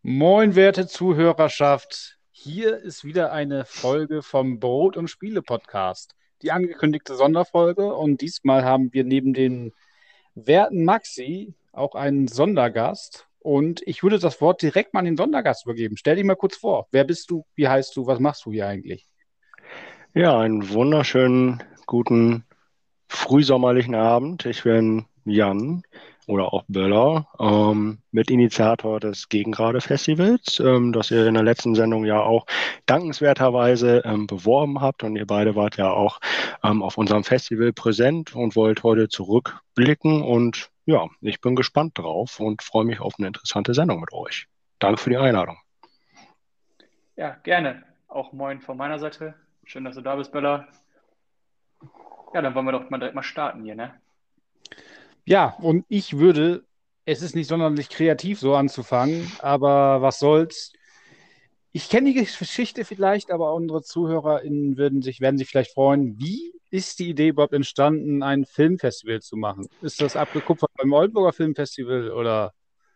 Moin, werte Zuhörerschaft. Hier ist wieder eine Folge vom Brot- und Spiele-Podcast. Die angekündigte Sonderfolge. Und diesmal haben wir neben den werten Maxi auch einen Sondergast. Und ich würde das Wort direkt mal an den Sondergast übergeben. Stell dich mal kurz vor. Wer bist du? Wie heißt du? Was machst du hier eigentlich? Ja, einen wunderschönen guten frühsommerlichen Abend. Ich bin Jan oder auch Böller, Mitinitiator des Gegengrade-Festivals, das ihr in der letzten Sendung ja auch dankenswerterweise beworben habt. Und ihr beide wart ja auch auf unserem Festival präsent und wollt heute zurückblicken. Und ja, ich bin gespannt drauf und freue mich auf eine interessante Sendung mit euch. Danke für die Einladung. Ja, gerne. Auch moin von meiner Seite. Schön, dass du da bist, Bella. Ja, dann wollen wir doch mal direkt mal starten hier, ne? Ja, und ich würde, es ist nicht sonderlich kreativ so anzufangen, aber was soll's. Ich kenne die Geschichte vielleicht, aber unsere ZuhörerInnen werden sich vielleicht freuen. Wie ist die Idee überhaupt entstanden, ein Filmfestival zu machen? Ist das abgekupfert beim Oldenburger Filmfestival oder?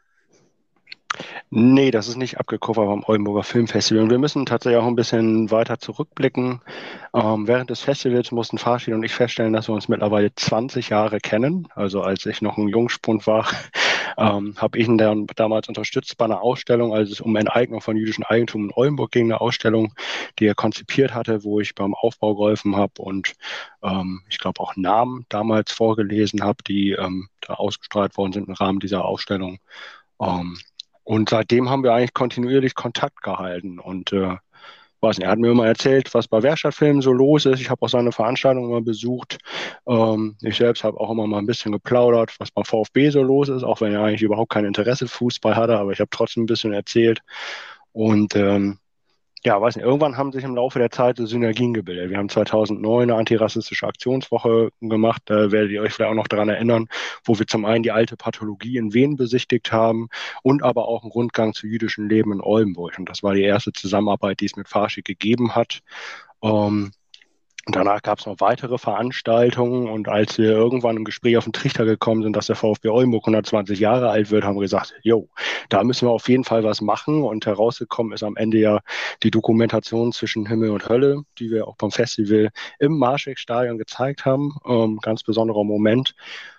Nee, das ist nicht abgekupfert beim Oldenburger Filmfestival. Und wir müssen tatsächlich auch ein bisschen weiter zurückblicken. Während des Festivals mussten Farshid und ich feststellen, dass wir uns mittlerweile 20 Jahre kennen. Also als ich noch ein Jungspund war, habe ich ihn dann damals unterstützt bei einer Ausstellung, als es um Enteignung von jüdischem Eigentum in Oldenburg ging, eine Ausstellung, die er konzipiert hatte, wo ich beim Aufbau geholfen habe und ich glaube auch Namen damals vorgelesen habe, die da ausgestrahlt worden sind im Rahmen dieser Ausstellung. Ähm, und seitdem haben wir eigentlich kontinuierlich Kontakt gehalten. Und weiß nicht, er hat mir immer erzählt, was bei Werkstattfilmen so los ist. Ich habe auch seine Veranstaltungen immer besucht. Ich selbst habe auch immer mal ein bisschen geplaudert, was beim VfB so los ist, auch wenn er eigentlich überhaupt kein Interesse Fußball hatte, aber ich habe trotzdem ein bisschen erzählt. Und ja, weiß nicht, irgendwann haben sich im Laufe der Zeit so Synergien gebildet. Wir haben 2009 eine antirassistische Aktionswoche gemacht, da werdet ihr euch vielleicht auch noch daran erinnern, wo wir zum einen die alte Pathologie in Wien besichtigt haben und aber auch einen Rundgang zu jüdischem Leben in Oldenburg. Und das war die erste Zusammenarbeit, die es mit Farshid gegeben hat. Ähm, und danach gab es noch weitere Veranstaltungen und als wir irgendwann im Gespräch auf den Trichter gekommen sind, dass der VfB Oldenburg 120 Jahre alt wird, haben wir gesagt, jo, da müssen wir auf jeden Fall was machen und herausgekommen ist am Ende ja die Dokumentation zwischen Himmel und Hölle, die wir auch beim Festival im Marschwegstadion gezeigt haben. Ganz besonderer Moment.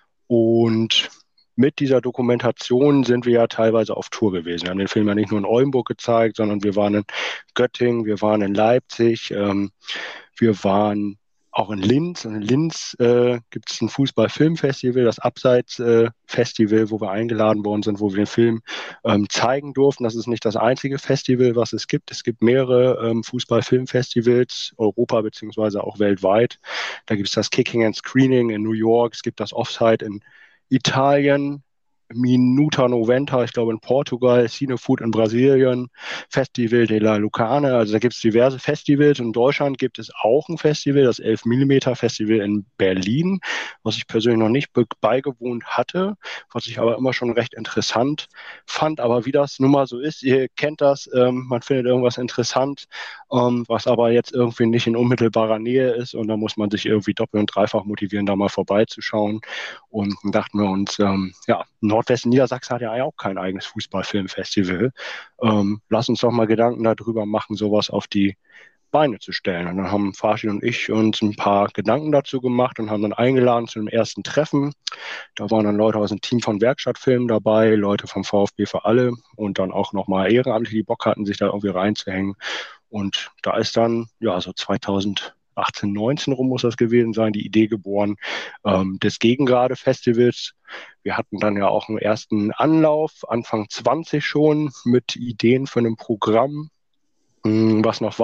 Und mit dieser Dokumentation sind wir ja teilweise auf Tour gewesen. Wir haben den Film ja nicht nur in Oldenburg gezeigt, sondern wir waren in Göttingen, wir waren in Leipzig, wir waren auch in Linz. Und in Linz gibt es ein Fußball-Filmfestival, das Abseits-Festival, wo wir eingeladen worden sind, wo wir den Film zeigen durften. Das ist nicht das einzige Festival, was es gibt. Es gibt mehrere Fußball-Filmfestivals, Europa beziehungsweise auch weltweit. Da gibt es das Kicking and Screening in New York, es gibt das Offside in Italien, Minuta Noventa, ich glaube in Portugal, Cinefood in Brasilien, Festival de la Lucane. Also da gibt es diverse Festivals. In Deutschland gibt es auch ein Festival, das 11 Millimeter Festival in Berlin, was ich persönlich noch nicht beigewohnt hatte, was ich aber immer schon recht interessant fand. Aber wie das nun mal so ist, ihr kennt das, man findet irgendwas interessant, was aber jetzt irgendwie nicht in unmittelbarer Nähe ist und da muss man sich irgendwie doppelt und dreifach motivieren, da mal vorbeizuschauen. Und dann dachten wir uns, ja, Nordwesten Niedersachsen hat ja eigentlich auch kein eigenes Fußballfilmfestival. Lass uns doch mal Gedanken darüber machen, sowas auf die Beine zu stellen. Und dann haben Farshid und ich uns ein paar Gedanken dazu gemacht und haben dann eingeladen zu dem ersten Treffen. Da waren dann Leute aus dem Team von Werkstattfilmen dabei, Leute vom VfB für alle und dann auch nochmal Ehrenamtliche, die Bock hatten, sich da irgendwie reinzuhängen. Und da ist dann, ja, so 2018, 19 rum muss das gewesen sein, die Idee geboren des Gegengrade-Festivals. Wir hatten dann ja auch einen ersten Anlauf, Anfang 20 schon, mit Ideen für ein Programm, was noch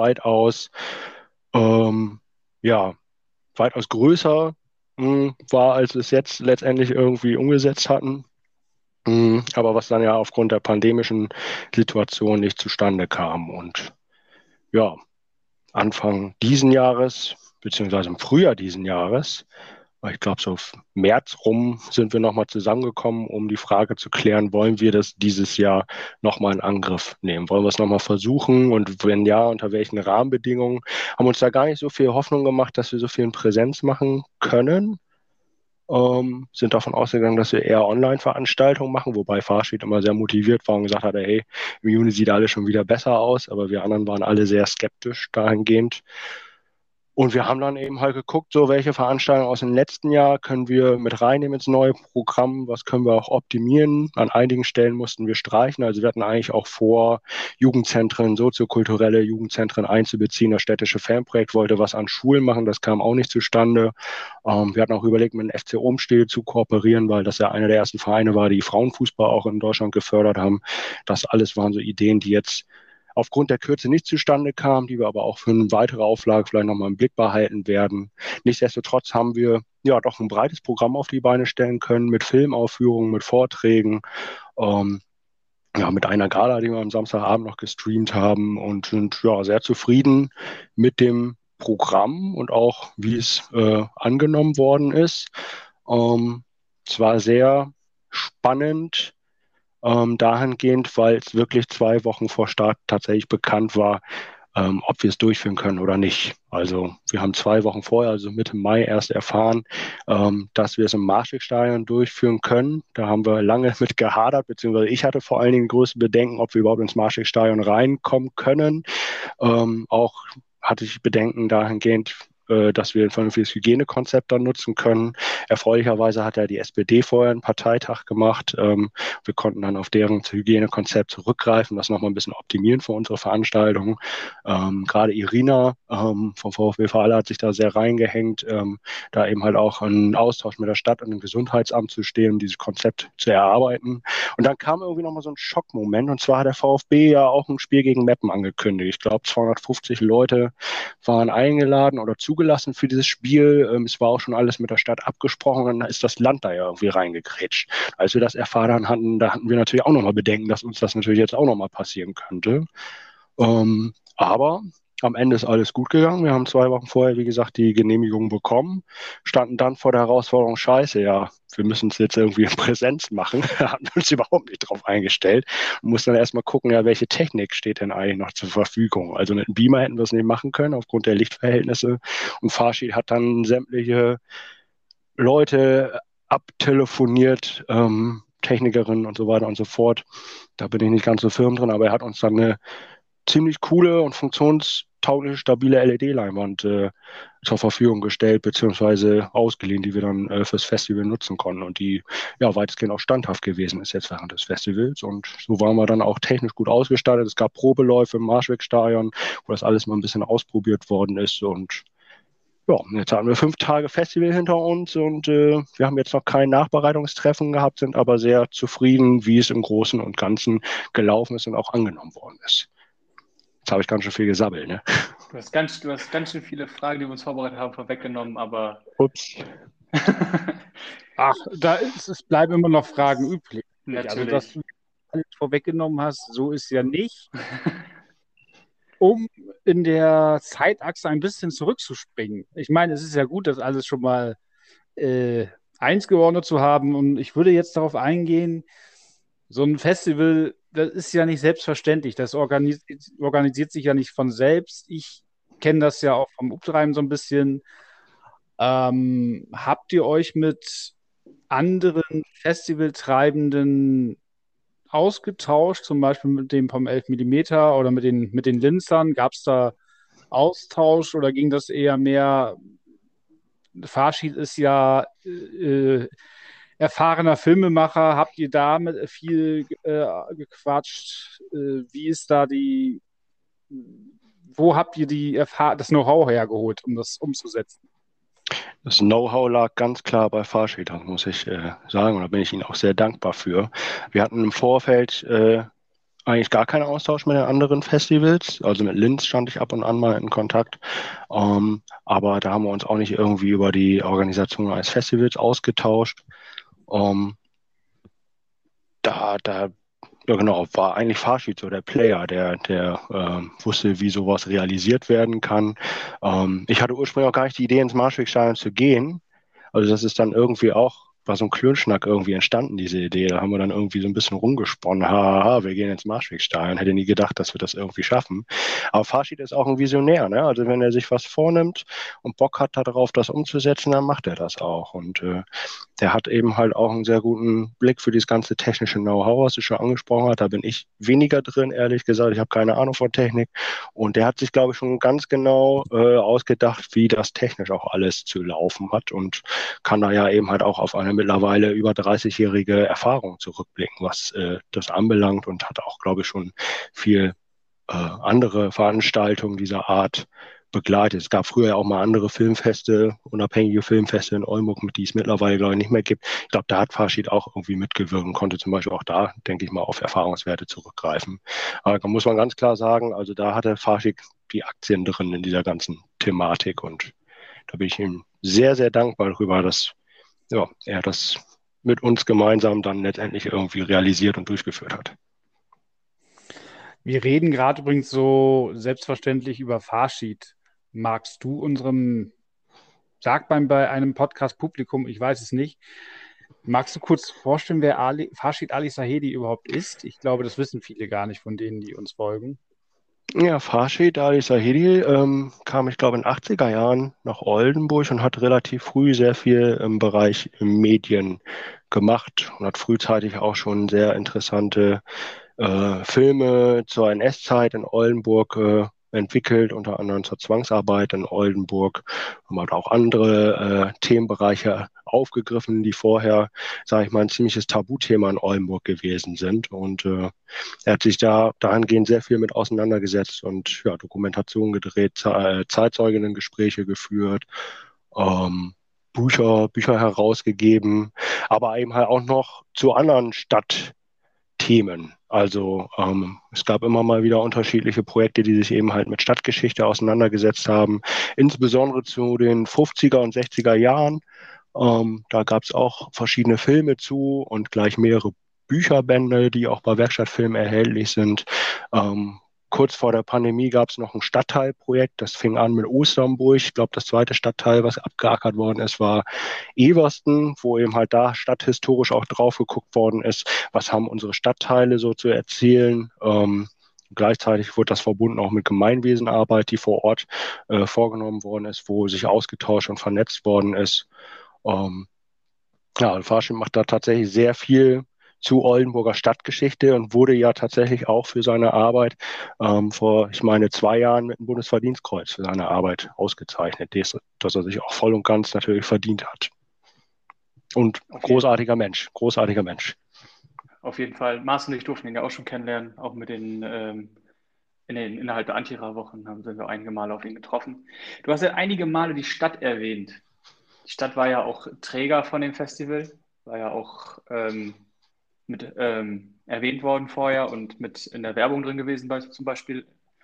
ähm, ja, weitaus größer war, als wir es jetzt letztendlich irgendwie umgesetzt hatten. Aber was dann ja aufgrund der pandemischen Situation nicht zustande kam. Und ja, Anfang diesen Jahres, beziehungsweise im Frühjahr diesen Jahres, ich glaube, so März rum sind wir nochmal zusammengekommen, um die Frage zu klären, wollen wir das dieses Jahr nochmal in Angriff nehmen? Wollen wir es nochmal versuchen? Und wenn ja, unter welchen Rahmenbedingungen? Haben uns da gar nicht so viel Hoffnung gemacht, dass wir so viel in Präsenz machen können. sind davon ausgegangen, dass wir eher Online-Veranstaltungen machen, wobei Farschied immer sehr motiviert war und gesagt hat, hey, im Juni sieht alles schon wieder besser aus, aber wir anderen waren alle sehr skeptisch dahingehend. Und wir haben dann eben halt geguckt, so welche Veranstaltungen aus dem letzten Jahr können wir mit reinnehmen ins neue Programm, was können wir auch optimieren. An einigen Stellen mussten wir streichen. Also wir hatten eigentlich auch vor, Jugendzentren, soziokulturelle Jugendzentren einzubeziehen. Das städtische Fanprojekt wollte was an Schulen machen, das kam auch nicht zustande. Wir hatten auch überlegt, mit dem FC Umstede zu kooperieren, weil das ja einer der ersten Vereine war, die Frauenfußball auch in Deutschland gefördert haben. Das alles waren so Ideen, die jetzt aufgrund der Kürze nicht zustande kam, die wir aber auch für eine weitere Auflage vielleicht nochmal im Blick behalten werden. Nichtsdestotrotz haben wir ja doch ein breites Programm auf die Beine stellen können mit Filmaufführungen, mit Vorträgen, ja, mit einer Gala, die wir am Samstagabend noch gestreamt haben und sind ja sehr zufrieden mit dem Programm und auch wie es angenommen worden ist. Es war sehr spannend, dahingehend, weil es wirklich 2 Wochen vor Start tatsächlich bekannt war, ob wir es durchführen können oder nicht. Also wir haben 2 Wochen vorher, also Mitte Mai, erst erfahren, dass wir es im Maastricht-Stadion durchführen können. Da haben wir lange mit gehadert, beziehungsweise ich hatte vor allen Dingen größte Bedenken, ob wir überhaupt ins Maastricht-Stadion reinkommen können. Auch hatte ich Bedenken dahingehend, dass wir ein vernünftiges Hygienekonzept dann nutzen können. Erfreulicherweise hat ja die SPD vorher einen Parteitag gemacht. Wir konnten dann auf deren Hygienekonzept zurückgreifen, das nochmal ein bisschen optimieren für unsere Veranstaltung. Gerade Irina vom VfB Halle hat sich da sehr reingehängt, da eben halt auch einen Austausch mit der Stadt und dem Gesundheitsamt zu stehen, um dieses Konzept zu erarbeiten. Und dann kam irgendwie nochmal so ein Schockmoment, und zwar hat der VfB ja auch ein Spiel gegen Meppen angekündigt. Ich glaube, 250 Leute waren eingeladen oder zugelassen für dieses Spiel. Es war auch schon alles mit der Stadt abgesprochen, und dann ist das Land da ja irgendwie reingegrätscht. Als wir das erfahren hatten, da hatten wir natürlich auch nochmal Bedenken, dass uns das natürlich jetzt auch nochmal passieren könnte. Aber am Ende ist alles gut gegangen. Wir haben 2 Wochen vorher, wie gesagt, die Genehmigung bekommen, standen dann vor der Herausforderung, scheiße, ja, wir müssen es jetzt irgendwie in Präsenz machen. Wir haben uns überhaupt nicht drauf eingestellt und mussten dann erstmal gucken, ja, welche Technik steht denn eigentlich noch zur Verfügung. Also mit einem Beamer hätten wir es nicht machen können, aufgrund der Lichtverhältnisse. Und Farschied hat dann sämtliche Leute abtelefoniert, Technikerinnen und so weiter und so fort. Da bin ich nicht ganz so firm drin, aber er hat uns dann eine ziemlich coole und funktionstaugliche, stabile LED-Leinwand zur Verfügung gestellt, beziehungsweise ausgeliehen, die wir dann fürs Festival nutzen konnten und die ja weitestgehend auch standhaft gewesen ist jetzt während des Festivals. Und so waren wir dann auch technisch gut ausgestattet. Es gab Probeläufe im Marschweg-Stadion, wo das alles mal ein bisschen ausprobiert worden ist. Und ja, jetzt haben wir 5 Tage Festival hinter uns, und wir haben jetzt noch kein Nachbereitungstreffen gehabt, sind aber sehr zufrieden, wie es im Großen und Ganzen gelaufen ist und auch angenommen worden ist. Jetzt habe ich ganz schön viel gesabbelt, ne? Du hast ganz schön viele Fragen, die wir uns vorbereitet haben, vorweggenommen, aber Ups. Ach, es bleiben immer noch Fragen übrig. Also, dass natürlich. du alles vorweggenommen hast, so ist ja nicht. Um in der Zeitachse ein bisschen zurückzuspringen. Ich meine, es ist ja gut, das alles schon mal eingeordnet zu haben. Und ich würde jetzt darauf eingehen, so ein Festival, das ist ja nicht selbstverständlich. Das organisiert sich ja nicht von selbst. Ich kenne das ja auch vom Uptreiben so ein bisschen. Habt ihr euch mit anderen Festivaltreibenden ausgetauscht, zum Beispiel mit dem vom 11 Millimeter oder mit den Linzern? Gab es da Austausch oder ging das eher mehr? Farschied ist ja erfahrener Filmemacher. Habt ihr da mit viel gequatscht? Wie ist da wo habt ihr das Know-how hergeholt, um das umzusetzen? Das Know-how lag ganz klar bei Farschied, das muss ich sagen, und da bin ich Ihnen auch sehr dankbar für. Wir hatten im Vorfeld eigentlich gar keinen Austausch mit den anderen Festivals. Also mit Linz stand ich ab und an mal in Kontakt. Aber da haben wir uns auch nicht irgendwie über die Organisation eines Festivals ausgetauscht. Ja genau, war eigentlich Farschied so der Player, der wusste, wie sowas realisiert werden kann. Ich hatte ursprünglich auch gar nicht die Idee, ins Marschwegstadion zu gehen. Also das ist dann irgendwie auch war so ein Klönschnack irgendwie entstanden, diese Idee. Da haben wir dann irgendwie so ein bisschen rumgesponnen. Haha, wir gehen ins Marschwegstadion. Hätte nie gedacht, dass wir das irgendwie schaffen. Aber Farshid ist auch ein Visionär, ne? Also wenn er sich was vornimmt und Bock hat darauf, das umzusetzen, dann macht er das auch. Und der hat eben halt auch einen sehr guten Blick für dieses ganze technische Know-how, was du schon angesprochen hast. Da bin ich weniger drin, ehrlich gesagt. Ich habe keine Ahnung von Technik. Und der hat sich, glaube ich, schon ganz genau ausgedacht, wie das technisch auch alles zu laufen hat und kann da ja eben halt auch auf eine mittlerweile über 30-jährige Erfahrung zurückblicken, was das anbelangt und hat auch, glaube ich, schon viel andere Veranstaltungen dieser Art begleitet. Es gab früher ja auch mal andere Filmfeste, unabhängige Filmfeste in Oldenburg, die es mittlerweile, glaube ich, nicht mehr gibt. Ich glaube, da hat Farshid auch irgendwie mitgewirkt und konnte zum Beispiel auch da, denke ich mal, auf Erfahrungswerte zurückgreifen. Aber da muss man ganz klar sagen, also da hatte Farshid die Aktien drin in dieser ganzen Thematik und da bin ich ihm sehr, sehr dankbar darüber, dass ja, er das mit uns gemeinsam dann letztendlich irgendwie realisiert und durchgeführt hat. Wir reden gerade übrigens so selbstverständlich über Farshid. Magst du sag mal bei einem Podcast-Publikum, ich weiß es nicht, magst du kurz vorstellen, wer Farshid Ali Sahedi überhaupt ist? Ich glaube, das wissen viele gar nicht von denen, die uns folgen. Ja, Farshid Ali Sahedi kam, ich glaube, in den 80er Jahren nach Oldenburg und hat relativ früh sehr viel im Bereich Medien gemacht und hat frühzeitig auch schon sehr interessante Filme zur NS-Zeit in Oldenburg entwickelt, unter anderem zur Zwangsarbeit in Oldenburg. Man hat auch andere Themenbereiche aufgegriffen, die vorher, sage ich mal, ein ziemliches Tabuthema in Oldenburg gewesen sind. Und er hat sich da dahingehend sehr viel mit auseinandergesetzt und ja, Dokumentation gedreht, Zeitzeuginnen-Gespräche geführt, Bücher herausgegeben, aber eben halt auch noch zu anderen Stadtthemen. Also es gab immer mal wieder unterschiedliche Projekte, die sich eben halt mit Stadtgeschichte auseinandergesetzt haben, insbesondere zu den 50er und 60er Jahren. Da gab es auch verschiedene Filme zu und gleich mehrere Bücherbände, die auch bei Werkstattfilmen erhältlich sind. Kurz vor der Pandemie gab es noch ein Stadtteilprojekt, das fing an mit Osternburg. Ich glaube, das zweite Stadtteil, was abgeackert worden ist, war Eversten, wo eben halt da stadthistorisch auch drauf geguckt worden ist, was haben unsere Stadtteile so zu erzählen. Gleichzeitig wurde das verbunden auch mit Gemeinwesenarbeit, die vor Ort vorgenommen worden ist, wo sich ausgetauscht und vernetzt worden ist. Ja, Farshid macht da tatsächlich sehr viel zu Oldenburger Stadtgeschichte und wurde ja tatsächlich auch für seine Arbeit vor, ich meine, 2 Jahren mit dem Bundesverdienstkreuz für seine Arbeit ausgezeichnet, dass er sich auch voll und ganz natürlich verdient hat. Und großartiger Mensch, großartiger Mensch. Auf jeden Fall. Marcel und ich durften ihn ja auch schon kennenlernen, auch mit innerhalb der Antira-Wochen sind wir einige Male auf ihn getroffen. Du hast ja einige Male die Stadt erwähnt. Die Stadt war ja auch Träger von dem Festival, war ja auch mit erwähnt worden vorher und mit in der Werbung drin gewesen, zum Beispiel.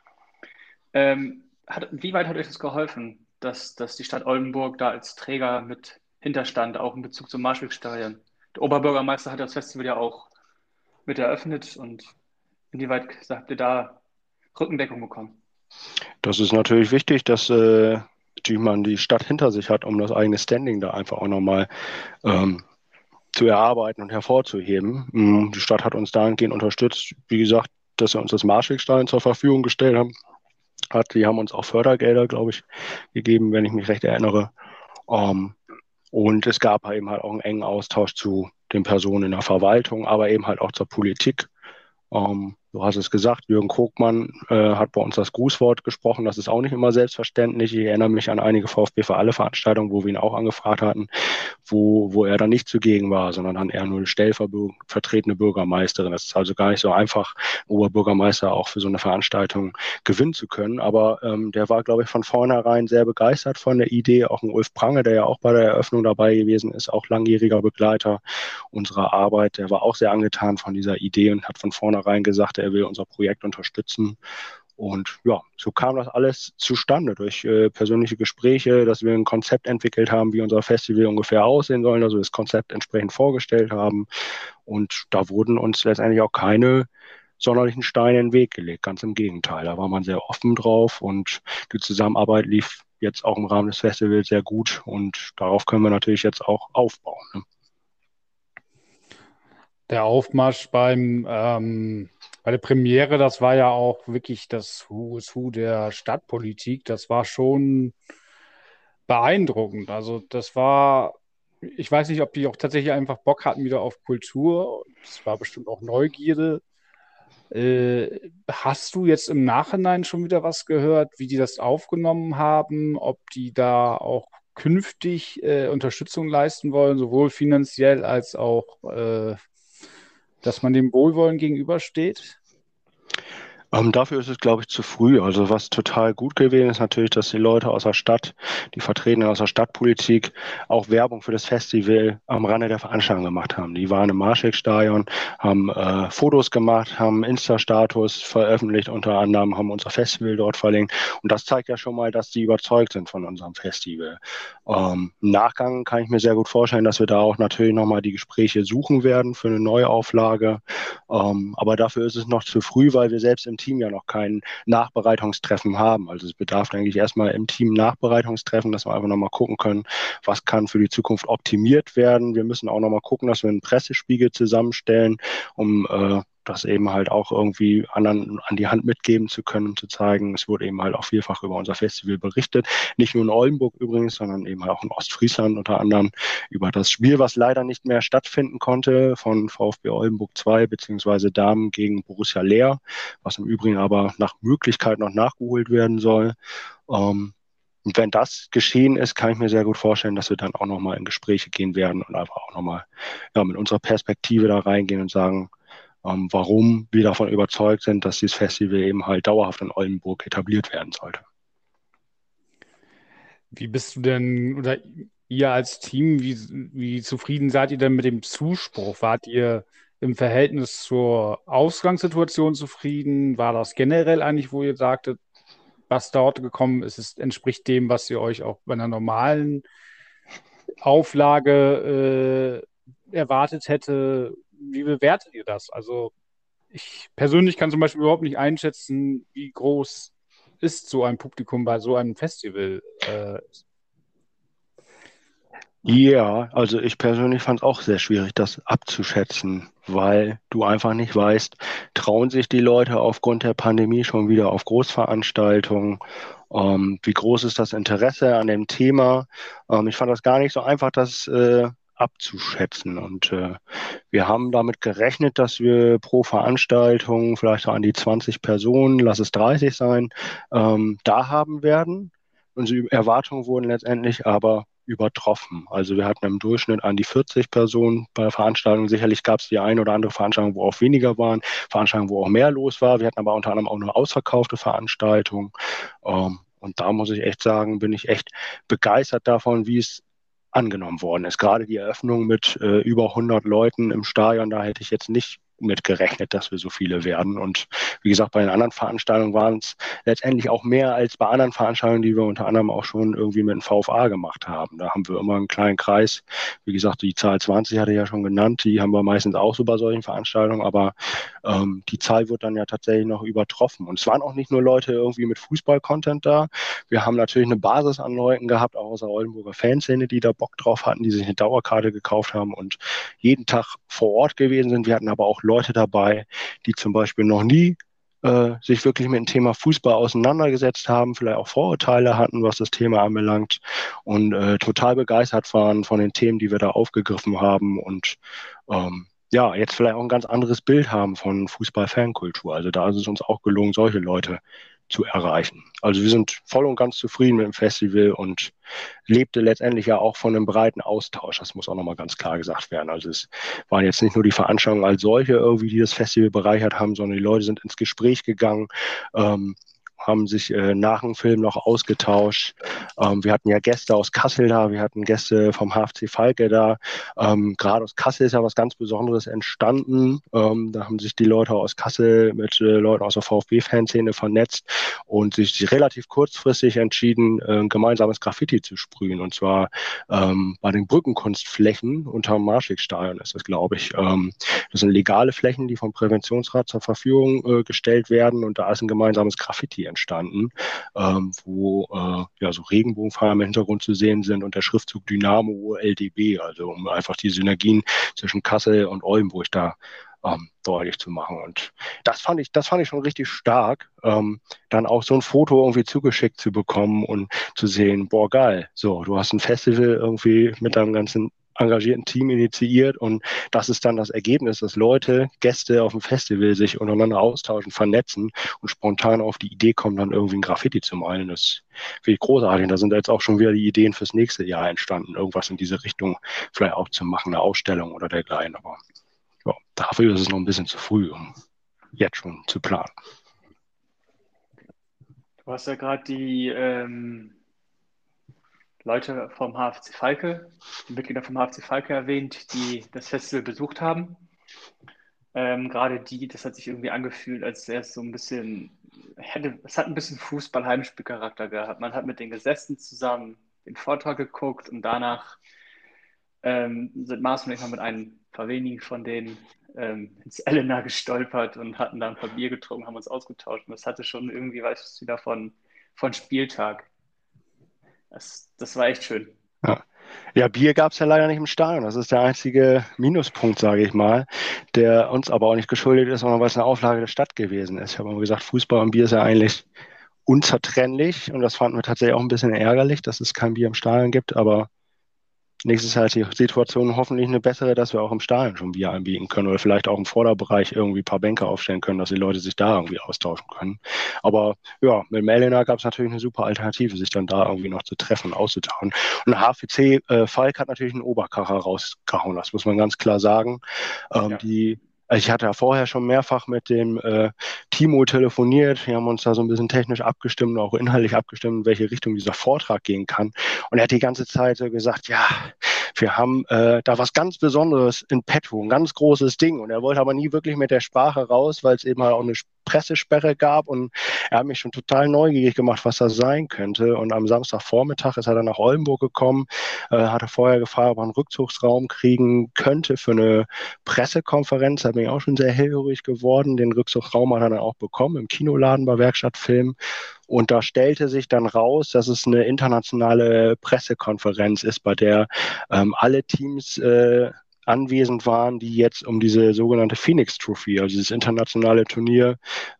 Wie weit hat euch das geholfen, dass die Stadt Oldenburg da als Träger mit hinterstand, auch in Bezug zum Marschwegstadion? Der Oberbürgermeister hat das Festival ja auch mit eröffnet und inwieweit habt ihr da Rückendeckung bekommen? Das ist natürlich wichtig, dass man die Stadt hinter sich hat, um das eigene Standing da einfach auch nochmal zu erarbeiten und hervorzuheben. Die Stadt hat uns dahingehend unterstützt, wie gesagt, dass sie uns das Marschwegstadion zur Verfügung gestellt haben. Die haben uns auch Fördergelder, glaube ich, gegeben, wenn ich mich recht erinnere. Und es gab eben halt auch einen engen Austausch zu den Personen in der Verwaltung, aber eben halt auch zur Politik. Du hast es gesagt, Jürgen Krogmann hat bei uns das Grußwort gesprochen. Das ist auch nicht immer selbstverständlich. Ich erinnere mich an einige VfB für alle Veranstaltungen, wo wir ihn auch angefragt hatten, wo er dann nicht zugegen war, sondern dann eher nur stellvertretende Bürgermeisterin. Das ist also gar nicht so einfach, Oberbürgermeister auch für so eine Veranstaltung gewinnen zu können. Aber der war, glaube ich, von vornherein sehr begeistert von der Idee. Auch ein Ulf Prange, der ja auch bei der Eröffnung dabei gewesen ist, auch langjähriger Begleiter unserer Arbeit, der war auch sehr angetan von dieser Idee und hat von vornherein gesagt, er will unser Projekt unterstützen. Und ja, so kam das alles zustande durch persönliche Gespräche, dass wir ein Konzept entwickelt haben, wie unser Festival ungefähr aussehen soll, also das Konzept entsprechend vorgestellt haben. Und da wurden uns letztendlich auch keine sonderlichen Steine in den Weg gelegt, ganz im Gegenteil. Da war man sehr offen drauf und die Zusammenarbeit lief jetzt auch im Rahmen des Festivals sehr gut und darauf können wir natürlich jetzt auch aufbauen. Ne? Der Aufmarsch bei der Premiere, das war ja auch wirklich das Who is Who der Stadtpolitik. Das war schon beeindruckend. Also das war, ich weiß nicht, ob die auch tatsächlich einfach Bock hatten wieder auf Kultur. Es war bestimmt auch Neugierde. Hast du jetzt im Nachhinein schon wieder was gehört, wie die das aufgenommen haben, ob die da auch künftig Unterstützung leisten wollen, sowohl finanziell als auch, dass man dem Wohlwollen gegenübersteht? Dafür ist es, glaube ich, zu früh. Also was total gut gewesen ist natürlich, dass die Leute aus der Stadt, die Vertretenen aus der Stadtpolitik, auch Werbung für das Festival am Rande der Veranstaltung gemacht haben. Die waren im Marschwegstadion, haben Fotos gemacht, haben Insta-Status veröffentlicht, unter anderem haben unser Festival dort verlinkt. Und das zeigt ja schon mal, dass die überzeugt sind von unserem Festival. Im Nachgang kann ich mir sehr gut vorstellen, dass wir da auch natürlich nochmal die Gespräche suchen werden für eine Neuauflage. Aber dafür ist es noch zu früh, weil wir selbst im Team ja noch kein Nachbereitungstreffen haben. Also es bedarf, denke ich, erstmal im Team Nachbereitungstreffen, dass wir einfach nochmal gucken können, was kann für die Zukunft optimiert werden. Wir müssen auch nochmal gucken, dass wir einen Pressespiegel zusammenstellen, um das eben halt auch irgendwie anderen an die Hand mitgeben zu können, um zu zeigen, es wurde eben halt auch vielfach über unser Festival berichtet. Nicht nur in Oldenburg übrigens, sondern eben halt auch in Ostfriesland unter anderem über das Spiel, was leider nicht mehr stattfinden konnte, von VfB Oldenburg 2 beziehungsweise Damen gegen Borussia Leer, was im Übrigen aber nach Möglichkeit noch nachgeholt werden soll. Und wenn das geschehen ist, kann ich mir sehr gut vorstellen, dass wir dann auch nochmal in Gespräche gehen werden und einfach auch nochmal mit unserer Perspektive da reingehen und sagen, warum wir davon überzeugt sind, dass dieses Festival eben halt dauerhaft in Oldenburg etabliert werden sollte. Wie bist du denn, oder ihr als Team, wie zufrieden seid ihr denn mit dem Zuspruch? Wart ihr im Verhältnis zur Ausgangssituation zufrieden? War das generell eigentlich, wo ihr sagtet, was dort gekommen ist, entspricht dem, was ihr euch auch bei einer normalen Auflage erwartet hätte? Wie bewertet ihr das? Also ich persönlich kann zum Beispiel überhaupt nicht einschätzen, wie groß ist so ein Publikum bei so einem Festival. Ja, also ich persönlich fand es auch sehr schwierig, das abzuschätzen, weil du einfach nicht weißt, trauen sich die Leute aufgrund der Pandemie schon wieder auf Großveranstaltungen? Wie groß ist das Interesse an dem Thema? Ich fand das gar nicht so einfach, das abzuschätzen. Und wir haben damit gerechnet, dass wir pro Veranstaltung vielleicht so an die 20 Personen, lass es 30 sein, da haben werden. Unsere Erwartungen wurden letztendlich aber übertroffen. Also wir hatten im Durchschnitt an die 40 Personen bei Veranstaltungen. Sicherlich gab es die eine oder andere Veranstaltung, wo auch weniger waren, Veranstaltungen, wo auch mehr los war. Wir hatten aber unter anderem auch eine ausverkaufte Veranstaltung. Und da muss ich echt sagen, bin ich echt begeistert davon, wie es angenommen worden ist. Gerade die Eröffnung mit über 100 Leuten im Stadion, da hätte ich jetzt nicht mit gerechnet, dass wir so viele werden. Und wie gesagt, bei den anderen Veranstaltungen waren es letztendlich auch mehr als bei anderen Veranstaltungen, die wir unter anderem auch schon irgendwie mit dem VfA gemacht haben. Da haben wir immer einen kleinen Kreis. Wie gesagt, die Zahl 20 hatte ich ja schon genannt. Die haben wir meistens auch so bei solchen Veranstaltungen. Aber die Zahl wird dann ja tatsächlich noch übertroffen. Und es waren auch nicht nur Leute irgendwie mit Fußball-Content da. Wir haben natürlich eine Basis an Leuten gehabt, auch aus der Oldenburger Fanszene, die da Bock drauf hatten, die sich eine Dauerkarte gekauft haben und jeden Tag vor Ort gewesen sind. Wir hatten aber auch Leute dabei, die zum Beispiel noch nie sich wirklich mit dem Thema Fußball auseinandergesetzt haben, vielleicht auch Vorurteile hatten, was das Thema anbelangt und total begeistert waren von den Themen, die wir da aufgegriffen haben und jetzt vielleicht auch ein ganz anderes Bild haben von Fußball-Fankultur. Also da ist es uns auch gelungen, solche Leute zu erreichen. Also wir sind voll und ganz zufrieden mit dem Festival und lebte letztendlich ja auch von einem breiten Austausch. Das muss auch nochmal ganz klar gesagt werden. Also es waren jetzt nicht nur die Veranstaltungen als solche irgendwie, die das Festival bereichert haben, sondern die Leute sind ins Gespräch gegangen, haben sich nach dem Film noch ausgetauscht. Wir hatten ja Gäste aus Kassel da, wir hatten Gäste vom HFC Falke da. Gerade aus Kassel ist ja was ganz Besonderes entstanden. Da haben sich die Leute aus Kassel mit Leuten aus der VfB-Fanszene vernetzt und sich relativ kurzfristig entschieden, ein gemeinsames Graffiti zu sprühen. Und zwar bei den Brückenkunstflächen unterm Marschwegstadion ist das, glaube ich. Das sind legale Flächen, die vom Präventionsrat zur Verfügung gestellt werden und da ist ein gemeinsames Graffiti entstanden, wo ja so Regenbogenfarben im Hintergrund zu sehen sind und der Schriftzug Dynamo LDB, also um einfach die Synergien zwischen Kassel und Oldenburg da deutlich zu machen. Und das fand ich schon richtig stark, dann auch so ein Foto irgendwie zugeschickt zu bekommen und zu sehen, boah, geil, so, du hast ein Festival irgendwie mit deinem ganzen engagierten Team initiiert und das ist dann das Ergebnis, dass Leute, Gäste auf dem Festival sich untereinander austauschen, vernetzen und spontan auf die Idee kommen, dann irgendwie ein Graffiti zu malen. Das finde ich großartig. Da sind jetzt auch schon wieder die Ideen fürs nächste Jahr entstanden, irgendwas in diese Richtung vielleicht auch zu machen, eine Ausstellung oder dergleichen. Aber ja, dafür ist es noch ein bisschen zu früh, um jetzt schon zu planen. Du hast ja gerade die Leute vom HFC Falke, die Mitglieder vom HFC Falke erwähnt, die das Festival besucht haben. Gerade die, das hat sich irgendwie angefühlt, als wäre es so ein bisschen, es hat ein bisschen Fußball-Heimspielcharakter gehabt. Man hat mit denen gesessen zusammen, den Vortrag geguckt und danach sind Mars und ich mal mit ein paar wenigen von denen ins Elena gestolpert und hatten da ein paar Bier getrunken, haben uns ausgetauscht. Und das hatte schon irgendwie, weißt du, wieder von Spieltag. Das war echt schön. Ja. Ja, Bier gab es ja leider nicht im Stadion. Das ist der einzige Minuspunkt, sage ich mal, der uns aber auch nicht geschuldet ist, sondern weil es eine Auflage der Stadt gewesen ist. Ich habe immer gesagt, Fußball und Bier ist ja eigentlich unzertrennlich und das fanden wir tatsächlich auch ein bisschen ärgerlich, dass es kein Bier im Stadion gibt, aber nächstes Jahr ist die Situation hoffentlich eine bessere, dass wir auch im Stadion schon Bier anbieten können oder vielleicht auch im Vorderbereich irgendwie ein paar Bänke aufstellen können, dass die Leute sich da irgendwie austauschen können. Aber ja, mit dem Elena gab es natürlich eine super Alternative, sich dann da irgendwie noch zu treffen und auszutauschen. Und der HFC Falk hat natürlich einen Oberkracher rausgehauen, das muss man ganz klar sagen. Ja. Ich hatte ja vorher schon mehrfach mit dem Timo telefoniert. Wir haben uns da so ein bisschen technisch abgestimmt, auch inhaltlich abgestimmt, in welche Richtung dieser Vortrag gehen kann. Und er hat die ganze Zeit so gesagt, ja, wir haben da was ganz Besonderes in petto, ein ganz großes Ding. Und er wollte aber nie wirklich mit der Sprache raus, weil es eben halt auch eine Pressesperre gab. Und er hat mich schon total neugierig gemacht, was das sein könnte. Und am Samstagvormittag ist er dann nach Oldenburg gekommen, hatte vorher gefragt, ob er einen Rückzugsraum kriegen könnte für eine Pressekonferenz. Da bin ich auch schon sehr hellhörig geworden. Den Rückzugsraum hat er dann auch bekommen im Kinoladen bei Werkstattfilm. Und da stellte sich dann raus, dass es eine internationale Pressekonferenz ist, bei der alle Teams anwesend waren, die jetzt um diese sogenannte Phoenix Trophy, also dieses internationale Turnier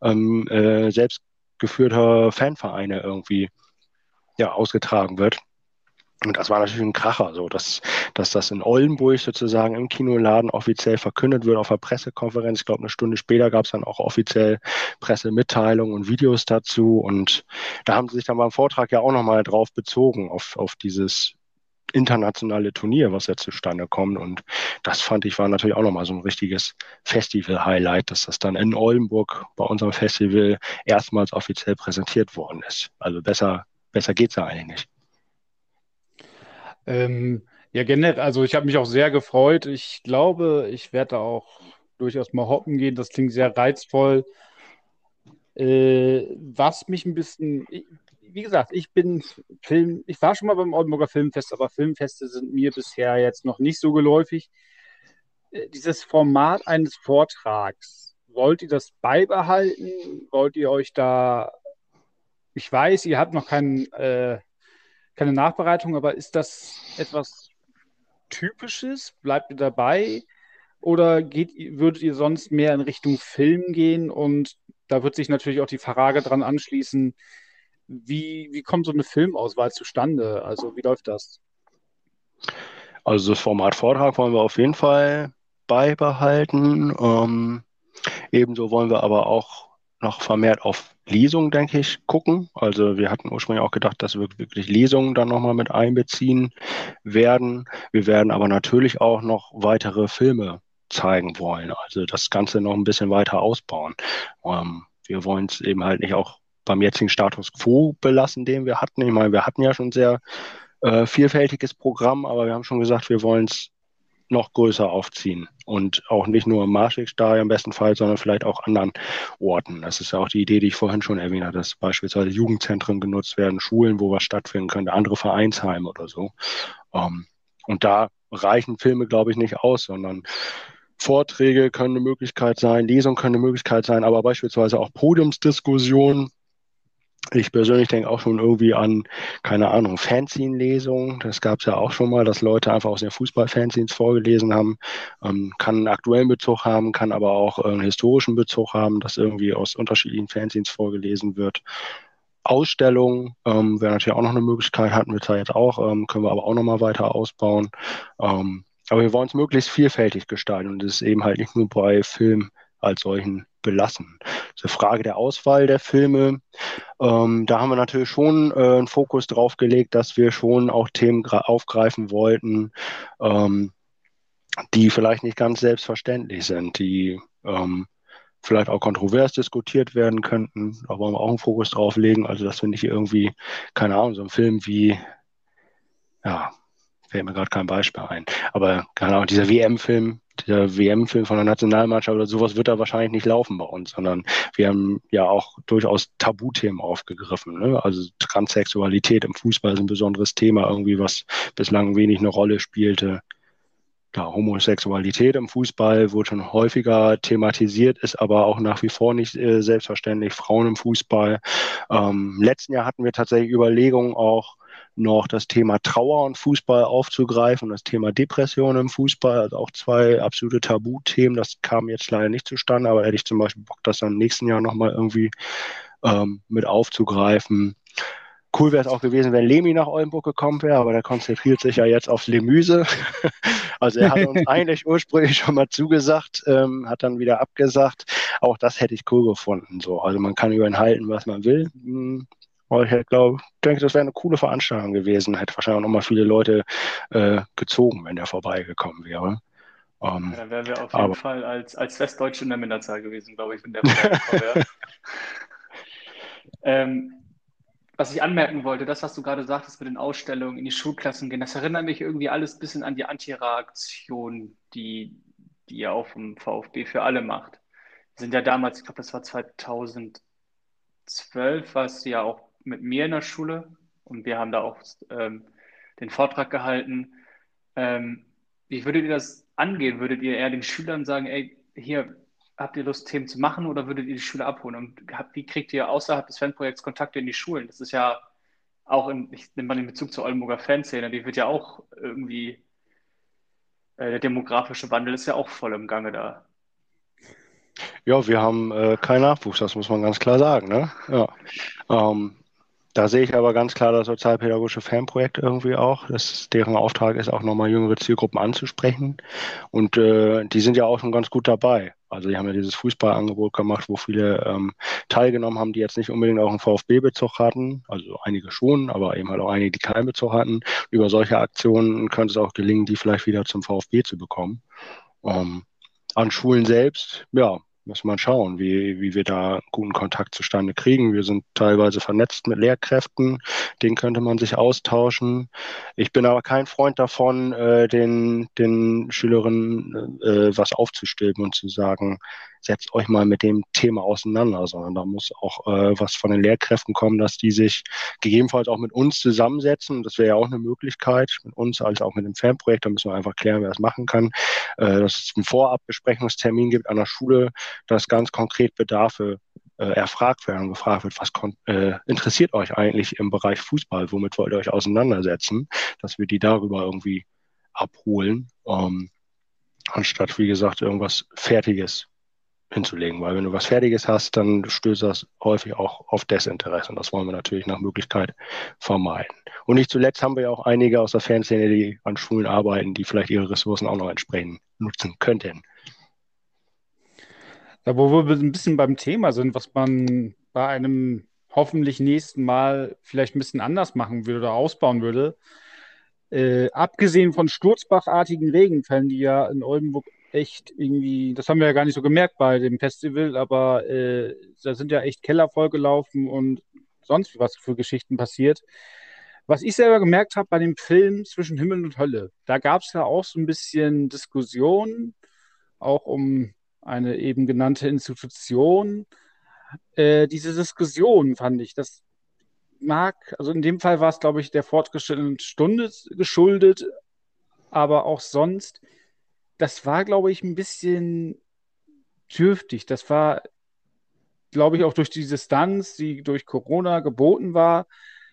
selbstgeführter Fanvereine irgendwie ja, ausgetragen wird. Und das war natürlich ein Kracher, so dass das in Oldenburg sozusagen im Kinoladen offiziell verkündet wird auf der Pressekonferenz. Ich glaube, eine Stunde später gab es dann auch offiziell Pressemitteilungen und Videos dazu. Und da haben sie sich dann beim Vortrag ja auch nochmal drauf bezogen, auf dieses internationale Turnier, was jetzt zustande kommt. Und das fand ich war natürlich auch nochmal so ein richtiges Festival-Highlight, dass das dann in Oldenburg bei unserem Festival erstmals offiziell präsentiert worden ist. Also besser geht's ja eigentlich nicht. Ja, generell, also ich habe mich auch sehr gefreut. Ich glaube, ich werde da auch durchaus mal hoppen gehen. Das klingt sehr reizvoll. Was mich ein bisschen, wie gesagt, ich war schon mal beim Oldenburger Filmfest, aber Filmfeste sind mir bisher jetzt noch nicht so geläufig. Dieses Format eines Vortrags, wollt ihr das beibehalten? Wollt ihr euch da, ich weiß, ihr habt noch keine Nachbereitung, aber ist das etwas Typisches? Bleibt ihr dabei? Oder würdet ihr sonst mehr in Richtung Film gehen? Und da wird sich natürlich auch die Frage dran anschließen, wie kommt so eine Filmauswahl zustande? Also wie läuft das? Also das Format Vortrag wollen wir auf jeden Fall beibehalten. Ebenso wollen wir aber auch noch vermehrt auf Lesungen, denke ich, gucken. Also wir hatten ursprünglich auch gedacht, dass wir wirklich Lesungen dann nochmal mit einbeziehen werden. Wir werden aber natürlich auch noch weitere Filme zeigen wollen. Also das Ganze noch ein bisschen weiter ausbauen. Wir wollen es eben halt nicht auch beim jetzigen Status quo belassen, den wir hatten. Ich meine, wir hatten ja schon sehr vielfältiges Programm, aber wir haben schon gesagt, wir wollen es noch größer aufziehen und auch nicht nur im Marschwegstadion im besten Fall, sondern vielleicht auch anderen Orten. Das ist ja auch die Idee, die ich vorhin schon erwähnt habe, dass beispielsweise Jugendzentren genutzt werden, Schulen, wo was stattfinden könnte, andere Vereinsheime oder so. Und da reichen Filme, glaube ich, nicht aus, sondern Vorträge können eine Möglichkeit sein, Lesungen können eine Möglichkeit sein, aber beispielsweise auch Podiumsdiskussionen Ich persönlich denke auch schon irgendwie an, keine Ahnung, Fanzine-Lesungen. Das gab es ja auch schon mal, dass Leute einfach aus den Fußball-Fanzines vorgelesen haben. Kann einen aktuellen Bezug haben, kann aber auch einen historischen Bezug haben, dass irgendwie aus unterschiedlichen Fanzines vorgelesen wird. Ausstellungen wäre natürlich auch noch eine Möglichkeit, hatten wir zwar jetzt auch, können wir aber auch nochmal weiter ausbauen. Aber wir wollen es möglichst vielfältig gestalten und es ist eben halt nicht nur bei Film als solchen belassen. Diese Frage der Auswahl der Filme, da haben wir natürlich schon einen Fokus drauf gelegt, dass wir schon auch Themen aufgreifen wollten, ähm, die vielleicht nicht ganz selbstverständlich sind, die vielleicht auch kontrovers diskutiert werden könnten. Da wollen wir auch einen Fokus drauf legen. Also, dass wir nicht irgendwie, keine Ahnung, so einen Film wie, ja, fällt mir gerade kein Beispiel ein, aber keine Ahnung, dieser WM-Film von der Nationalmannschaft oder sowas wird da wahrscheinlich nicht laufen bei uns, sondern wir haben ja auch durchaus Tabuthemen aufgegriffen. Ne? Also Transsexualität im Fußball ist ein besonderes Thema, irgendwie, was bislang wenig eine Rolle spielte. Ja, Homosexualität im Fußball wurde schon häufiger thematisiert, ist aber auch nach wie vor nicht selbstverständlich. Frauen im Fußball. Letzten Jahr hatten wir tatsächlich Überlegungen auch noch das Thema Trauer und Fußball aufzugreifen und das Thema Depression im Fußball, also auch zwei absolute Tabuthemen. Das kam jetzt leider nicht zustande, aber hätte ich zum Beispiel Bock, das dann im nächsten Jahr nochmal irgendwie mit aufzugreifen. Cool wäre es auch gewesen, wenn Lemi nach Oldenburg gekommen wäre, aber der konzentriert sich ja jetzt aufs Lemüse. Also er hat uns eigentlich ursprünglich schon mal zugesagt, hat dann wieder abgesagt. Auch das hätte ich cool gefunden. So. Also man kann über ihn halten, was man will. Aber ich denke, das wäre eine coole Veranstaltung gewesen. Hätte wahrscheinlich auch nochmal viele Leute gezogen, wenn der vorbeigekommen wäre. Ja, dann wären wir auf jeden Fall als Westdeutsche in der Minderzahl gewesen, glaube ich, wenn der vorbeigekommen wäre. Was ich anmerken wollte, das, was du gerade sagtest mit den Ausstellungen in die Schulklassen gehen, das erinnert mich irgendwie alles ein bisschen an die Anti-Ra-Aktion, die ihr auch vom VfB für alle macht. Wir sind ja damals, ich glaube, das war 2012, warst du ja auch mit mir in der Schule und wir haben da auch den Vortrag gehalten. Wie würdet ihr das angehen? Würdet ihr eher den Schülern sagen, ey, hier habt ihr Lust, Themen zu machen oder würdet ihr die Schüler abholen? Und wie kriegt ihr außerhalb des Fanprojekts Kontakte in die Schulen? Das ist ja auch ich nehme mal den Bezug zur Oldenburger Fanszene, die wird ja auch irgendwie, der demografische Wandel ist ja auch voll im Gange da. Ja, wir haben keinen Nachwuchs, das muss man ganz klar sagen. Ne? Ja. Da sehe ich aber ganz klar das sozialpädagogische Fanprojekt irgendwie auch, dass deren Auftrag ist, auch nochmal jüngere Zielgruppen anzusprechen. Und die sind ja auch schon ganz gut dabei. Also die haben ja dieses Fußballangebot gemacht, wo viele teilgenommen haben, die jetzt nicht unbedingt auch einen VfB-Bezug hatten. Also einige schon, aber eben halt auch einige, die keinen Bezug hatten. Über solche Aktionen könnte es auch gelingen, die vielleicht wieder zum VfB zu bekommen. An Schulen selbst, ja, muss man schauen, wie wir da guten Kontakt zustande kriegen. Wir sind teilweise vernetzt mit Lehrkräften, denen könnte man sich austauschen. Ich bin aber kein Freund davon, den Schülerinnen was aufzustülpen und zu sagen, setzt euch mal mit dem Thema auseinander, sondern da muss auch was von den Lehrkräften kommen, dass die sich gegebenenfalls auch mit uns zusammensetzen. Das wäre ja auch eine Möglichkeit, mit uns als auch mit dem Fanprojekt. Da müssen wir einfach klären, wer das machen kann. Dass es einen Vorabbesprechungstermin gibt an der Schule, dass ganz konkret Bedarfe erfragt werden und gefragt wird, was interessiert euch eigentlich im Bereich Fußball, womit wollt ihr euch auseinandersetzen, dass wir die darüber irgendwie abholen, anstatt, wie gesagt, irgendwas Fertiges hinzulegen. Weil wenn du was Fertiges hast, dann stößt das häufig auch auf Desinteresse und das wollen wir natürlich nach Möglichkeit vermeiden. Und nicht zuletzt haben wir ja auch einige aus der Fanszene, die an Schulen arbeiten, die vielleicht ihre Ressourcen auch noch entsprechend nutzen könnten. Ja, wo wir ein bisschen beim Thema sind, was man bei einem hoffentlich nächsten Mal vielleicht ein bisschen anders machen würde oder ausbauen würde. Abgesehen von sturzbachartigen Regenfällen, die ja in Oldenburg echt irgendwie, das haben wir ja gar nicht so gemerkt bei dem Festival, aber da sind ja echt Keller vollgelaufen und sonst was für Geschichten passiert. Was ich selber gemerkt habe bei dem Film Zwischen Himmel und Hölle, da gab es ja auch so ein bisschen Diskussion, auch um eine eben genannte Institution. Diese Diskussion fand ich, das also in dem Fall war es, glaube ich, der fortgeschrittenen Stunde geschuldet, aber auch sonst, das war, glaube ich, ein bisschen dürftig. Das war glaube ich, auch durch die Distanz, die durch Corona geboten war.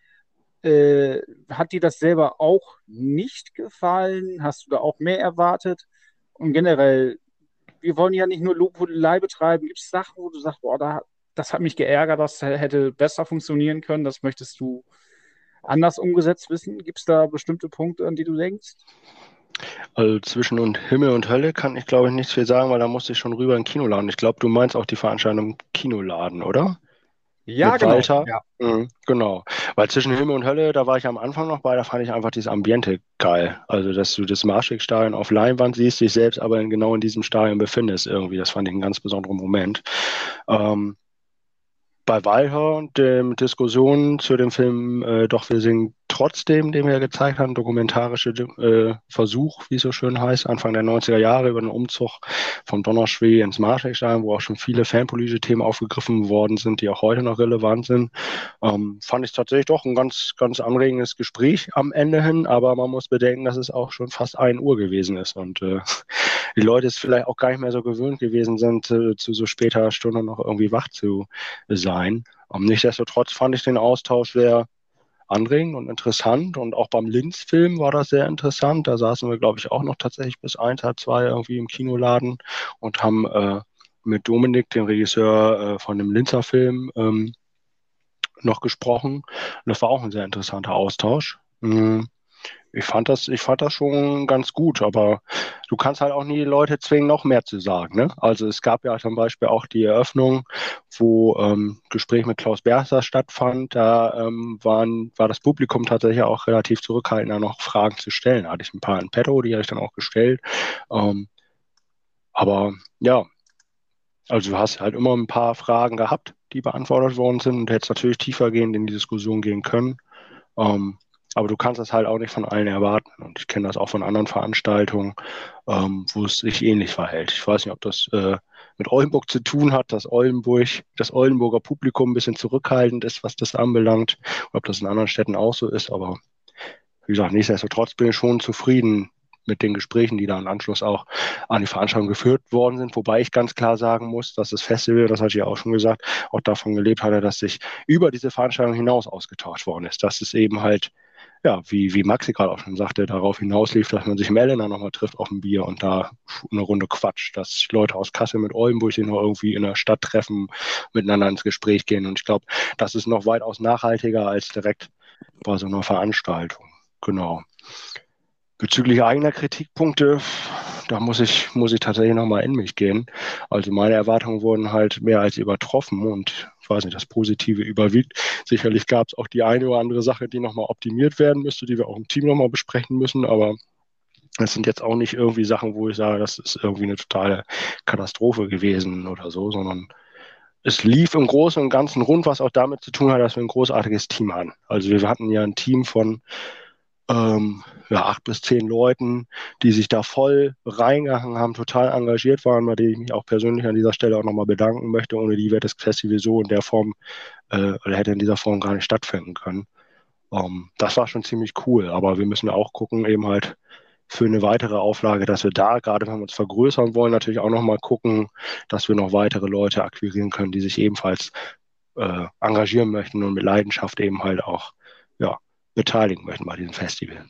Hat dir das selber auch nicht gefallen? Hast du da auch mehr erwartet? Und generell, wir wollen ja nicht nur Lobhudelei betreiben. Gibt es Sachen, wo du sagst, boah, das hat mich geärgert, das hätte besser funktionieren können, das möchtest du anders umgesetzt wissen? Gibt es da bestimmte Punkte, an die du denkst? Also zwischen und Himmel und Hölle kann ich, glaube ich, nichts viel sagen, weil da musste ich schon rüber in den Kinoladen. Ich glaube, du meinst auch die Veranstaltung im Kinoladen, oder? Ja, Mit genau. Walter? Ja. Mhm, genau. Weil zwischen Himmel und Hölle, da war ich am Anfang noch bei, da fand ich einfach dieses Ambiente geil. Also, dass du das Maastricht-Stadion auf Leinwand siehst, dich selbst aber genau in diesem Stadion befindest irgendwie. Das fand ich einen ganz besonderen Moment. Ähm, Bei Walter und den Diskussionen zu dem Film Doch, wir singen trotzdem, den wir gezeigt haben, dokumentarische Versuch, wie es so schön heißt, Anfang der 90er Jahre über den Umzug von Donnerschwee ins Marschallstein, wo auch schon viele fanpolitische Themen aufgegriffen worden sind, die auch heute noch relevant sind. Fand ich tatsächlich doch ein ganz, ganz anregendes Gespräch am Ende hin, aber man muss bedenken, dass es auch schon fast 1 Uhr gewesen ist und die Leute es vielleicht auch gar nicht mehr so gewöhnt gewesen sind, zu so später Stunde noch irgendwie wach zu sein. Nichtsdestotrotz fand ich den Austausch sehr anregend und interessant und auch beim Linz-Film war das sehr interessant. Da saßen wir, glaube ich, auch noch tatsächlich bis 1, halb 2 irgendwie im Kinoladen und haben mit Dominik, dem Regisseur von dem Linzer Film, noch gesprochen. Und das war auch ein sehr interessanter Austausch. Ich fand das schon ganz gut, aber du kannst halt auch nie die Leute zwingen, noch mehr zu sagen. Ne? Also es gab ja zum Beispiel auch die Eröffnung, wo Gespräch mit Klaus Berster stattfand. Da war das Publikum tatsächlich auch relativ zurückhaltend, da noch Fragen zu stellen. Da hatte ich ein paar in petto, die habe ich dann auch gestellt. Ähm, aber ja, also du hast halt immer ein paar Fragen gehabt, die beantwortet worden sind und hättest natürlich tiefergehend in die Diskussion gehen können. Ähm, aber du kannst das halt auch nicht von allen erwarten. Und ich kenne das auch von anderen Veranstaltungen, wo es sich ähnlich verhält. Ich weiß nicht, ob das mit Oldenburg zu tun hat, dass das Oldenburger Publikum ein bisschen zurückhaltend ist, was das anbelangt, oder ob das in anderen Städten auch so ist. Aber wie gesagt, nichtsdestotrotz bin ich schon zufrieden mit den Gesprächen, die da im Anschluss auch an die Veranstaltung geführt worden sind. Wobei ich ganz klar sagen muss, dass das Festival, das hatte ich ja auch schon gesagt, auch davon gelebt hatte, dass sich über diese Veranstaltung hinaus ausgetauscht worden ist. Dass es eben halt, ja, wie Maxi gerade auch schon sagte, darauf hinauslief, dass man sich im Elena nochmal trifft auf ein Bier und da eine Runde quatscht, dass Leute aus Kassel mit Oldenburg sich noch irgendwie in der Stadt treffen, miteinander ins Gespräch gehen. Und ich glaube, das ist noch weitaus nachhaltiger als direkt bei so einer Veranstaltung. Genau. Bezüglich eigener Kritikpunkte, da muss ich tatsächlich nochmal in mich gehen. Also meine Erwartungen wurden halt mehr als übertroffen und ich weiß nicht, das Positive überwiegt. Sicherlich gab es auch die eine oder andere Sache, die nochmal optimiert werden müsste, die wir auch im Team nochmal besprechen müssen, aber das sind jetzt auch nicht irgendwie Sachen, wo ich sage, das ist irgendwie eine totale Katastrophe gewesen oder so, sondern es lief im Großen und Ganzen rund, was auch damit zu tun hat, dass wir ein großartiges Team hatten. Also wir hatten ja ein Team von ja, 8 bis 10 Leuten, die sich da voll reingehangen haben, total engagiert waren, bei denen ich mich auch persönlich an dieser Stelle auch nochmal bedanken möchte. Ohne die wäre das Festival so in der Form oder hätte in dieser Form gar nicht stattfinden können. Das war schon ziemlich cool, aber wir müssen auch gucken, eben halt für eine weitere Auflage, dass wir da, gerade wenn wir uns vergrößern wollen, natürlich auch nochmal gucken, dass wir noch weitere Leute akquirieren können, die sich ebenfalls engagieren möchten und mit Leidenschaft eben halt auch ja, beteiligen möchten bei diesem Festival.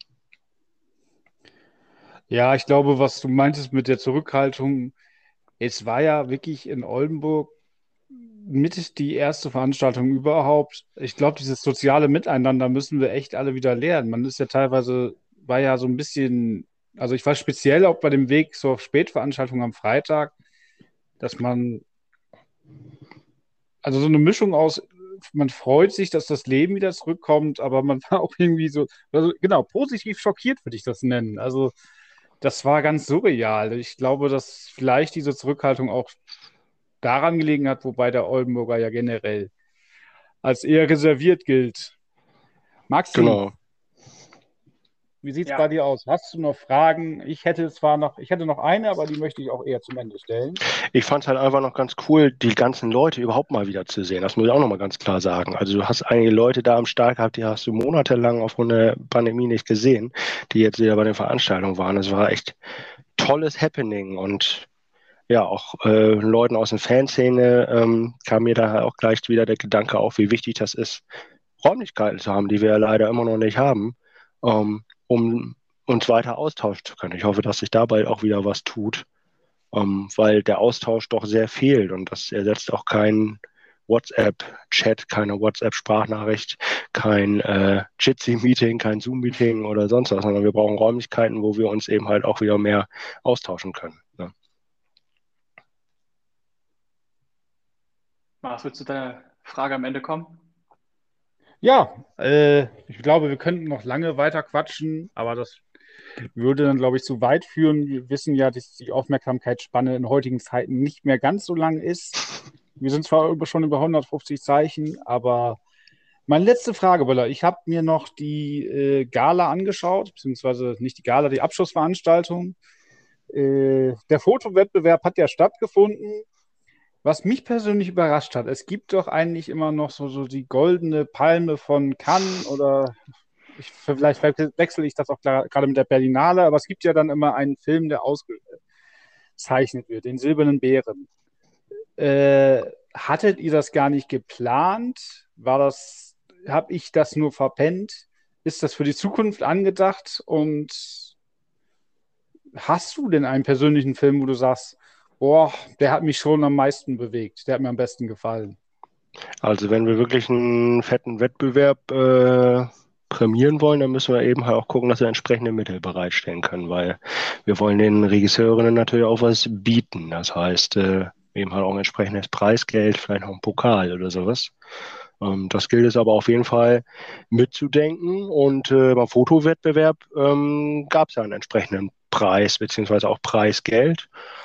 Ja, ich glaube, was du meintest mit der Zurückhaltung, es war ja wirklich in Oldenburg mit die erste Veranstaltung überhaupt. Ich glaube, dieses soziale Miteinander müssen wir echt alle wieder lernen. Man ist ja teilweise, war ja so ein bisschen, also ich war speziell auch bei dem Weg zur Spätveranstaltung am Freitag, dass man, also so eine Mischung aus, man freut sich, dass das Leben wieder zurückkommt, aber man war auch irgendwie so, also genau, positiv schockiert würde ich das nennen. Also das war ganz surreal. Ich glaube, dass vielleicht diese Zurückhaltung auch daran gelegen hat, wobei der Oldenburger ja generell als eher reserviert gilt. Maxi, Genau. wie sieht es bei Ja, dir aus? Hast du noch Fragen? Ich hätte noch eine, aber die möchte ich auch eher zum Ende stellen. Ich fand es halt einfach noch ganz cool, die ganzen Leute überhaupt mal wieder zu sehen. Das muss ich auch noch mal ganz klar sagen. Also du hast einige Leute da am Start gehabt, die hast du monatelang aufgrund der Pandemie nicht gesehen, die jetzt wieder bei den Veranstaltungen waren. Es war echt tolles Happening und ja, auch Leuten aus der Fanszene kam mir da auch gleich wieder der Gedanke auf, wie wichtig das ist, Räumlichkeiten zu haben, die wir ja leider immer noch nicht haben, um uns weiter austauschen zu können. Ich hoffe, dass sich dabei auch wieder was tut, weil der Austausch doch sehr fehlt und das ersetzt auch keinen WhatsApp-Chat, keine WhatsApp-Sprachnachricht, kein Jitsi-Meeting, kein Zoom-Meeting oder sonst was, sondern wir brauchen Räumlichkeiten, wo wir uns eben halt auch wieder mehr austauschen können. Ne? Mars, willst du deine Frage am Ende kommen? Ja, ich glaube, wir könnten noch lange weiter quatschen, aber das würde dann, glaube ich, zu weit führen. Wir wissen ja, dass die Aufmerksamkeitsspanne in heutigen Zeiten nicht mehr ganz so lang ist. Wir sind zwar schon über 150 Zeichen, aber meine letzte Frage, Böller. Ich habe mir noch die Gala angeschaut, beziehungsweise nicht die Gala, die Abschlussveranstaltung. Der Fotowettbewerb hat ja stattgefunden. Was mich persönlich überrascht hat, es gibt doch eigentlich immer noch so die goldene Palme von Cannes oder vielleicht wechsle ich das auch gerade mit der Berlinale, aber es gibt ja dann immer einen Film, der ausgezeichnet wird, den Silbernen Bären. Hattet ihr das gar nicht geplant? Habe ich das nur verpennt? Ist das für die Zukunft angedacht? Und hast du denn einen persönlichen Film, wo du sagst, boah, der hat mich schon am meisten bewegt, der hat mir am besten gefallen? Also wenn wir wirklich einen fetten Wettbewerb prämieren wollen, dann müssen wir eben halt auch gucken, dass wir entsprechende Mittel bereitstellen können, weil wir wollen den Regisseurinnen natürlich auch was bieten. Das heißt, eben halt auch ein entsprechendes Preisgeld, vielleicht noch ein Pokal oder sowas. Das gilt es aber auf jeden Fall mitzudenken. Und beim Fotowettbewerb gab es ja einen entsprechenden Preis beziehungsweise auch Preisgeld.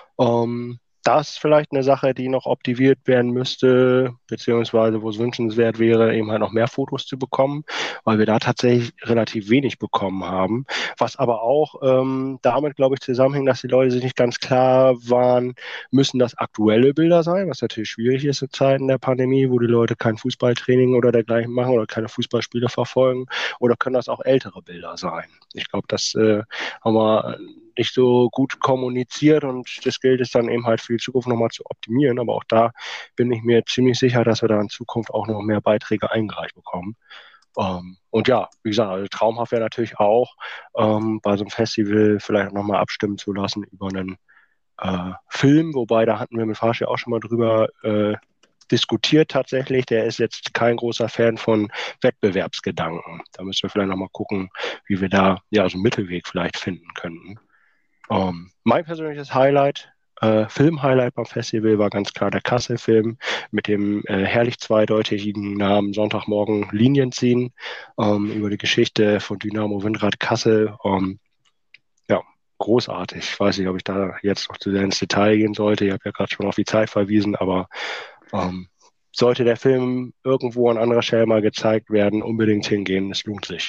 Das ist vielleicht eine Sache, die noch optimiert werden müsste, beziehungsweise wo es wünschenswert wäre, eben halt noch mehr Fotos zu bekommen, weil wir da tatsächlich relativ wenig bekommen haben. Was aber auch damit, glaube ich, zusammenhängt, dass die Leute sich nicht ganz klar waren, müssen das aktuelle Bilder sein, was natürlich schwierig ist in Zeiten der Pandemie, wo die Leute kein Fußballtraining oder dergleichen machen oder keine Fußballspiele verfolgen, oder können das auch ältere Bilder sein? Ich glaube, das haben wir nicht so gut kommuniziert und das gilt es dann eben halt für die Zukunft nochmal zu optimieren. Aber auch da bin ich mir ziemlich sicher, dass wir da in Zukunft auch noch mehr Beiträge eingereicht bekommen. Und ja, wie gesagt, also traumhaft wäre natürlich auch, bei so einem Festival vielleicht nochmal abstimmen zu lassen über einen Film, wobei da hatten wir mit Farschi auch schon mal drüber diskutiert tatsächlich. Der ist jetzt kein großer Fan von Wettbewerbsgedanken. Da müssen wir vielleicht nochmal gucken, wie wir da ja so einen Mittelweg vielleicht finden könnten. Mein persönliches Highlight, Film-Highlight beim Festival war ganz klar der Kassel-Film mit dem herrlich zweideutigen Namen Sonntagmorgen Linien ziehen, über die Geschichte von Dynamo Windrad Kassel. Ja, großartig. Ich weiß nicht, ob ich da jetzt noch zu sehr ins Detail gehen sollte. Ich habe ja gerade schon auf die Zeit verwiesen, aber sollte der Film irgendwo an anderer Stelle mal gezeigt werden, unbedingt hingehen. Es lohnt sich.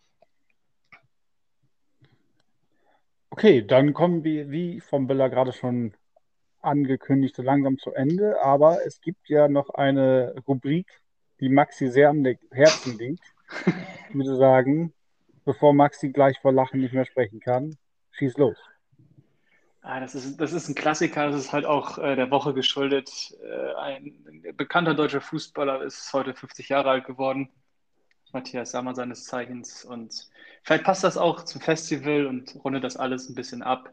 Okay, dann kommen wir, wie vom Bella gerade schon angekündigt, so langsam zu Ende. Aber es gibt ja noch eine Rubrik, die Maxi sehr am Herzen liegt. Ich würde sagen, bevor Maxi gleich vor Lachen nicht mehr sprechen kann, schieß los. Das ist ein Klassiker, das ist halt auch der Woche geschuldet. Ein bekannter deutscher Fußballer ist heute 50 Jahre alt geworden, Matthias Sammer seines Zeichens. Und vielleicht passt das auch zum Festival und rundet das alles ein bisschen ab.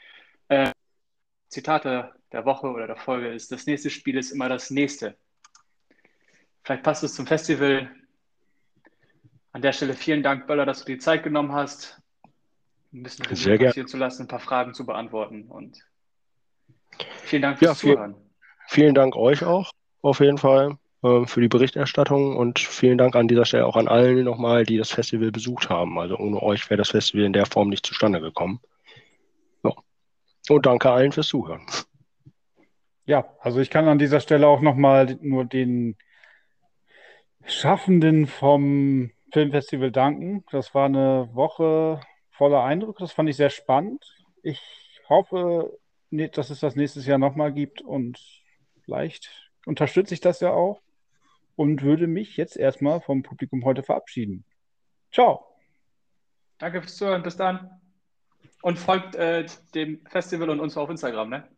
Zitat der Woche oder der Folge ist: Das nächste Spiel ist immer das nächste. Vielleicht passt es zum Festival. An der Stelle vielen Dank, Böller, dass du dir die Zeit genommen hast, ein bisschen Revue Sehr gerne. passieren zu lassen, ein paar Fragen zu beantworten. Und vielen Dank Ja, fürs Zuhören. vielen Dank euch auch auf jeden Fall für die Berichterstattung und vielen Dank an dieser Stelle auch an allen nochmal, die das Festival besucht haben. Also ohne euch wäre das Festival in der Form nicht zustande gekommen. Ja. Und danke allen fürs Zuhören. Ja, also ich kann an dieser Stelle auch nochmal nur den Schaffenden vom Filmfestival danken. Das war eine Woche voller Eindrücke. Das fand ich sehr spannend. Ich hoffe, dass es das nächstes Jahr nochmal gibt und vielleicht unterstütze ich das ja auch und würde mich jetzt erstmal vom Publikum heute verabschieden. Ciao. Danke fürs Zuhören. Bis dann. Und folgt dem Festival und uns auf Instagram, ne?